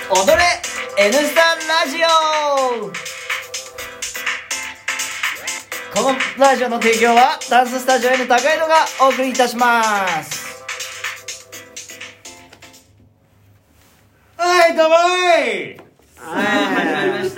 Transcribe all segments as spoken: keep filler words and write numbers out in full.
踊れ N スタラジオ。このラジオの提供はダンススタジオ N 高井戸がお送りいたします。はい、どうもーい。さあ始まりました。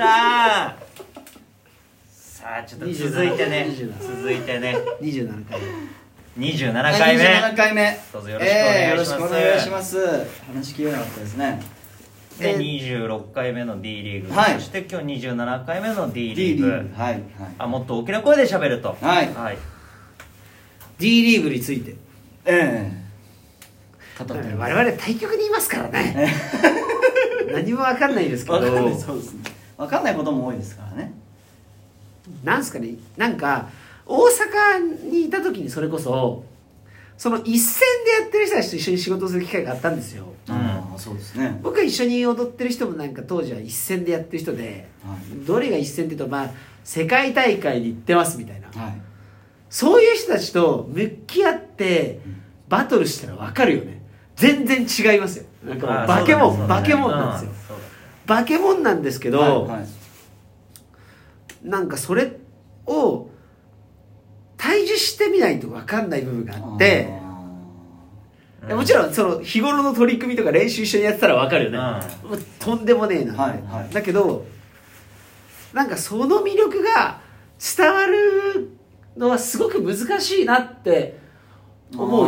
さあちょっと続いてね続いてねにじゅうななかいめにじゅうななかいめにじゅうななかいめどうぞよろしくお願いします、えー、よろしくお願いします。話聞けなかったですね。 で、にじゅうろっかいめの D リーグ、 はい、 そして今日にじゅうななかいめの D リーグ、 D リーグ、はいはい、 あ、もっと大きな声で喋ると、 はい、はい、D リーグについてええー、語って我々対局にいますからね何も分かんないですけど、分かんない、そうですね、分かんないことも多いですからね。なんすかね、なんか大阪にいた時にそれこそその一線でやってる人たちと一緒に仕事をする機会があったんですよ。うん、そうですね。僕が一緒に踊ってる人もなんか当時は一線でやってる人で、はい、どれが一線っていうと、まあ世界大会に行ってますみたいな、はい、そういう人たちと向き合ってバトルしたら分かるよね。全然違いますよ。なんかもうバケモン、バケモンなんですよ。バケモンなんですけど、はいはい、なんかそれを対峙してみないと分かんない部分があって、あ、もちろんその日頃の取り組みとか練習一緒にやってたら分かるよね、もうとんでもねえな、はいはい、だけどなんかその魅力が伝わるのはすごく難しいなって思う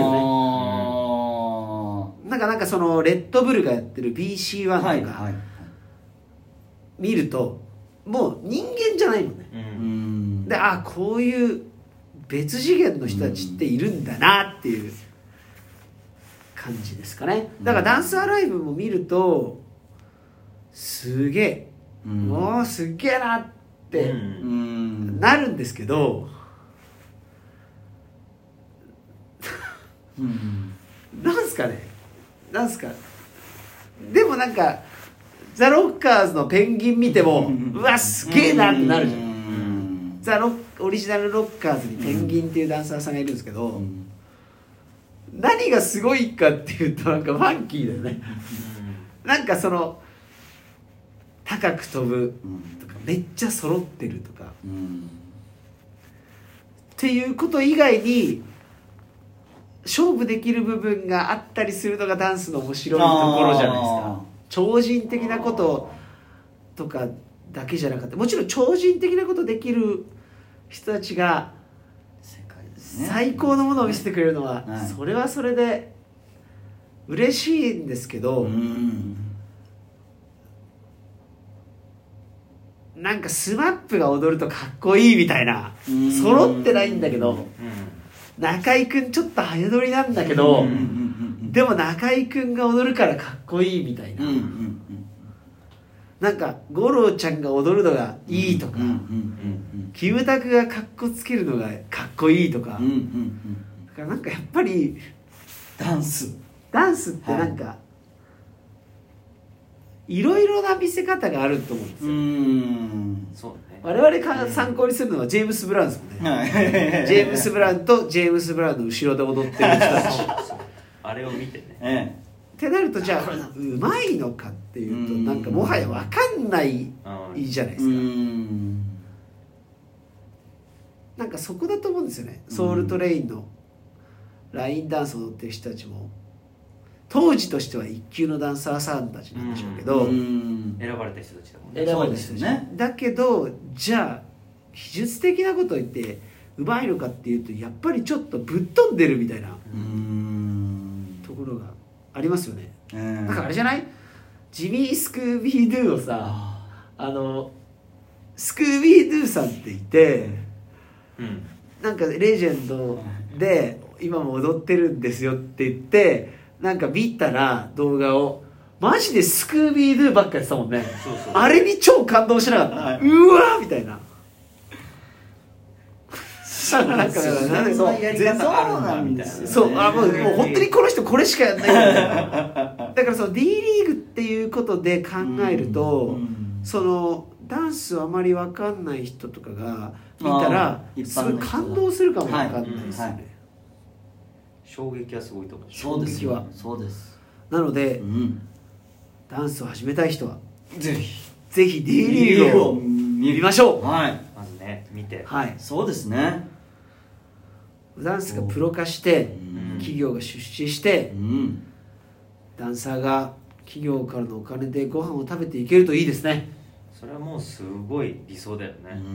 よね。なんかなんかそのレッドブルがやってる ビーシーワン とか、はいはい、見るともう人間じゃないもんね、うん、で、あ、こういう別次元の人たちっているんだなっていう感じですかね。だからダンスアライブも見るとすげえ、うん、もうすっげえなってなるんですけど、うん、なんすかね、なんすか、でもなんかザ・ロッカーズのペンギン見てもうわすげえなってなるじゃん。ザ・ロッオリジナルロッカーズにペンギンっていうダンサーさんがいるんですけど、うん、何がすごいかっていうとなんかファンキーだよね、うん、なんかその高く飛ぶとか、うん、めっちゃ揃ってるとか、うん、っていうこと以外に勝負できる部分があったりするのがダンスの面白いところじゃないですか。超人的なこととかだけじゃなくて、もちろん超人的なことできる人たちが最高のものを見せてくれるのはそれはそれで嬉しいんですけど、なんかスマップが踊るとかっこいいみたいな、揃ってないんだけど中居君ちょっと早撮りなんだけどでも中居君が踊るからかっこいいみたいな、なんか五郎ちゃんが踊るのがいいとか、キムタクがかっこつけるのがかっこいいとか、うんうんうん、だからなんかやっぱりダンスダンスってなんか、はい、いろいろな見せ方があると思うんですよ。うーん、そうね、我々が参考にするのはジェームス・ブラウンですもんね、はい、ジェームス・ブラウンとジェームス・ブラウンの後ろで踊ってる人たちあれを見てね、 ええってなると、じゃあうまいのかっていうとなんかもはや分かんないじゃないですか。なんかそこだと思うんですよね。ソウルトレインのラインダンスを踊ってる人たちも当時としては一級のダンサーさんたちなんでしょうけど、選ばれた人たちだもんね。選ばれた人たちね。だけどじゃあ技術的なことを言ってうまいのかっていうとやっぱりちょっとぶっ飛んでるみたいなところがありますよね。だからあれじゃない？ジミー・スクービー・ドゥをさ、あのスクービー・ドゥさんっていて、うん、なんかレジェンドで今も踊ってるんですよって言ってなんか見たら動画をマジでスクービー・ドゥばっかやってたもんね。そうそう、あれに超感動しなかった、はい、うわーみたいな。なんかなんかそうやり方あるんだみたいな、ね、そう、あ、もう、もう本当にこの人これしかやんないみたいな。だからその D リーグっていうことで考えると、うん、そのダンスあまり分かんない人とかが見たらすごい感動するかも分かんないですよね、はいはい、衝撃はすごいと思う。衝撃はそうです。なので、うん、 ダンスを始めたい人はぜひぜひ D リーグを見ましょう。 はい、 まずね見て、 はい、 そうですね。 ダンスがプロ化して企業が出資して、うん、ダンサーが企業からのお金でご飯を食べていけるといいですね。 それはもうすごい理想だよね。うん、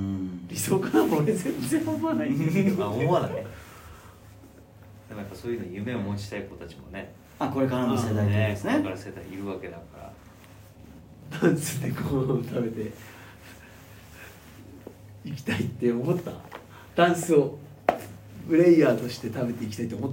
理想かな。俺全然思わないんですけどあ思わない。でもやっぱそういうの夢を持ちたい子たちもね、 あこれからの世代ですね。 これから世代いるわけだから、 ダンスでご飯を食べていきたいって思った。ダンスをプレイヤーとして食べていきたいと思った。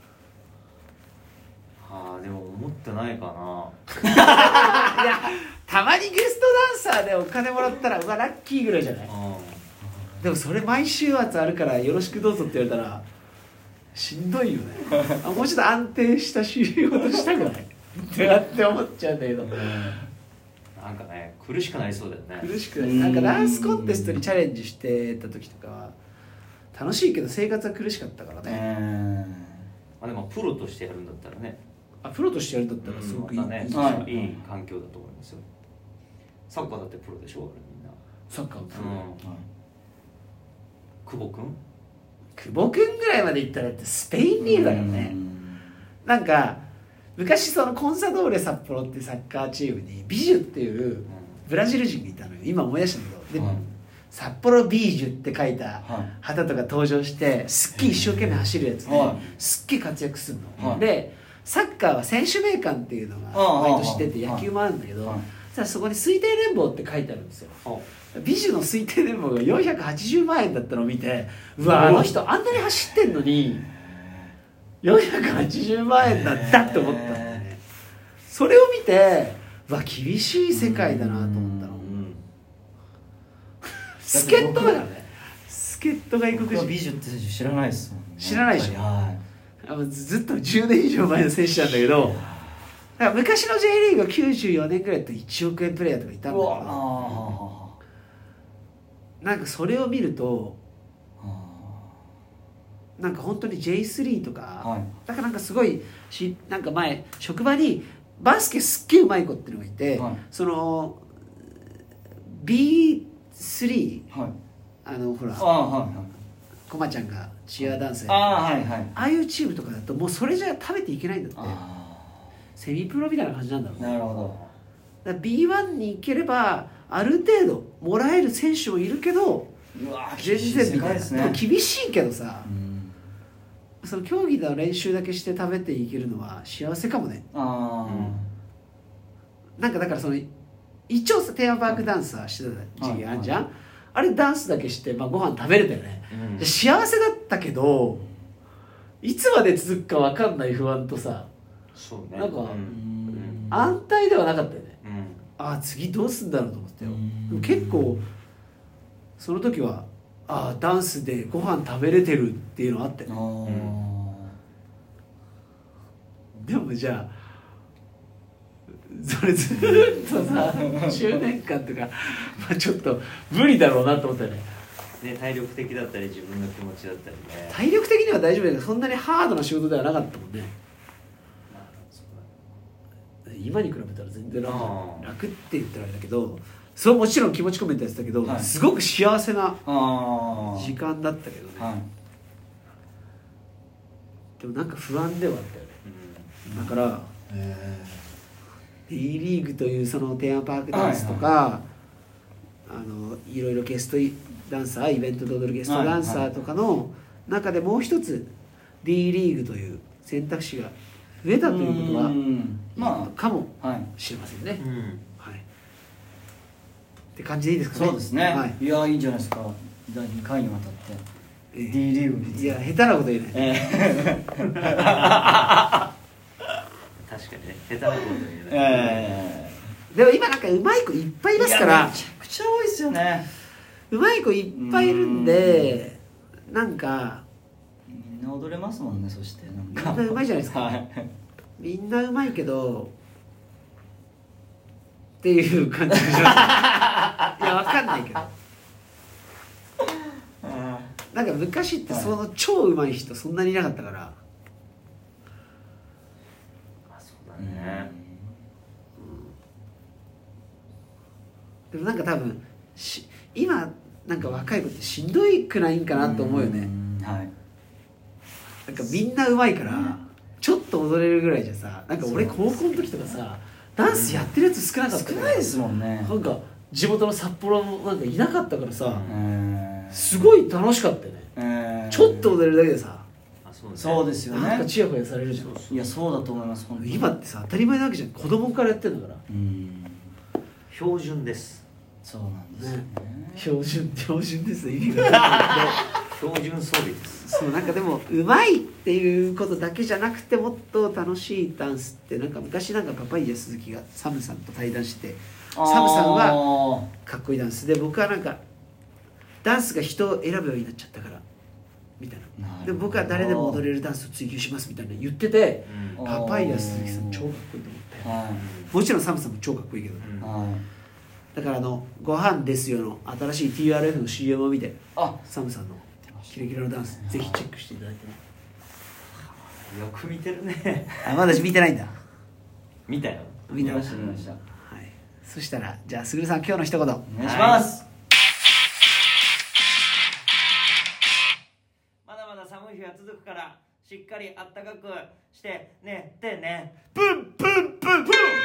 ああでも思ってないかな。 いやたまにゲストダンサーでお金もらったらうわラッキーぐらいじゃない。でもそれ毎週末あるからよろしくどうぞって言われたらしんどいよね。あもうちょっと安定した仕事したくないってなって思っちゃうんだけど、 なんかね苦しくなりそうだよね。 苦しくない。なんかダンスコンテストにチャレンジしてた時とかは楽しいけど生活は苦しかったからね。 あでもプロとしてやるんだったらね、 あプロとしてやるんだったらすごくいい、 うんまたね、はい、いい環境だと思いますよ。サッカーだってプロでしょ、あれみんな。 サッカープロ、うんはい、 久保君久保君ぐらいまでいったらだってスペインリーグだからね。んなんか昔そのコンサドーレ札幌っていうサッカーチームにビジュっていうブラジル人がいたのよ。今思い出したんだけど、で、うん、札幌ビージュって書いた旗とか登場してすっげえ一生懸命走るやつで、はい、すっげえ活躍するの、はい、でサッカーは選手名鑑っていうのが毎年出て野球もあるんだけど、はい、そこに推定年俸って書いてあるんですよ。ビジュの推定年俸がよんひゃくはちじゅうまんえんだったのを見て、うわあの人あんなに走ってんのによんひゃくはちじゅうまんえんだったって思ったんだよね。それを見てうわ厳しい世界だなと思ったの。助っ人だからね。助っ人外国人。 僕はビジュって選手知らないですもんね。 知らないでしょ。はい、ずっとじゅうねん以上前の選手なんだけど、だから昔の J リーグはきゅうじゅうよねんぐらいだといちおくえんプレイヤーとかいたんだけど、なんかそれを見るとなんか本当に ジェイスリー とか、はい、だからなんかすごいしなんか前職場にバスケすっげえうまい子っていうのがいて、はい、その ビースリー、はい、あのほらあ、はいはい、コマちゃんがチアダンスやって、あ、はいはい、ああいうチームとかだともうそれじゃ食べていけないんだって。セミプロみたいな感じなんだろうね。なるほど。だから ビーワン に行ければある程度もらえる選手もいるけど、うわ全然みたいな、ね、厳しいけどさ、うん、その競技の練習だけして食べていけるのは幸せかもね。あ、うん、なんかだからその一応さテーマパークダンサーしてた時期あるじゃん、はいはい、あれダンスだけして、まあ、ご飯食べれたよね、うん、幸せだったけどいつまで続くか分かんない不安とさ、そうね、なんか、うん、安泰ではなかったよね、うん、ああ次どうすんだろうと思ってよ、うん、結構その時はああダンスでご飯食べれてるっていうのあって、うん、でもじゃあそれずっとさじゅうねんかんとか、まあ、ちょっと無理だろうなと思ったよね。 ね、体力的だったり自分の気持ちだったりね。 体力的には大丈夫だけどそんなにハードな仕事ではなかったもんね。今に比べたら全然楽、楽って言ったらあれだけど、それもちろん気持ち込めたやつだけど、はい、すごく幸せな時間だったけどね、はい、でもなんか不安ではあったよね、うん、だから、えー、D リーグというそのテーマパークダンスとか、はいはい、あのいろいろゲストダンサーイベントで踊るゲストダンサーとかの中でもう一つ D リーグという選択肢が増えたということはまあかもしれませんね、うんはい、って感じでいいですかね。 そうですね、はい、いやいいんじゃないですか。だいにかいにわたって、えー、D リーグにいや下手なこと言えない、えー、確かにね下手なこと言えない、 えー、でも今なんかうまい子いっぱいいますから。 めちゃくちゃ多いですよね。 うまい子いっぱいいるんで、んなんかみんな踊れますもんね。そしてなんかみんなうまいじゃないですか、はい、みんなうまいけどっていう感じがしますいやわかんないけどなんか昔ってその超うまい人そんなにいなかったから、はい、 あそうだね、 でもなんか多分し今なんか若い子ってしんどいくないんかなと思うよね。 はい。 なんかみんな上手いからちょっと踊れるぐらいじゃさ、なんか俺高校の時とかさダンスやってるやつ少なかった、 少ないですもんね。 なんか地元の札幌もなんかいなかったからさ、すごい楽しかったよね、えー、ちょっと踊れるだけでさ、 あ、そうね、 そうですよね。 なんかチヤホヤされるじゃん。 そうそう、いやそうだと思います。本当に今ってさ当たり前なわけじゃん、子供からやってんだから。うん、 標準です。 そうなんですよね。 標準標準です意味がない標準装備です。そう、 なんかでもうまいっていうことだけじゃなくてもっと楽しいダンスって、なんか昔なんかパパイヤ鈴木がサムさんと対談してて、サムさんはかっこいいダンスで、僕はなんかダンスが人を選ぶようになっちゃったからみたいな、で僕は誰でも踊れるダンスを追求しますみたいな言ってて、うん、パパイヤ鈴木さん超かっこいいと思って、もちろんサムさんも超かっこいいけど、うん、だからあの「ご飯ですよ」の新しい ティーアールエフ の シーエム を見て、あサムさんのキレキレのダンスぜひチェックしていただいてね。 よく見てるね。 あ、まだ見てないんだ。 見たよ。 見てました見ました。 はい。そしたらじゃあすぐるさん今日の一言お願いします。はい、 まだまだ寒い日が続くからしっかりあったかくしてねってね。プンプンプンプン。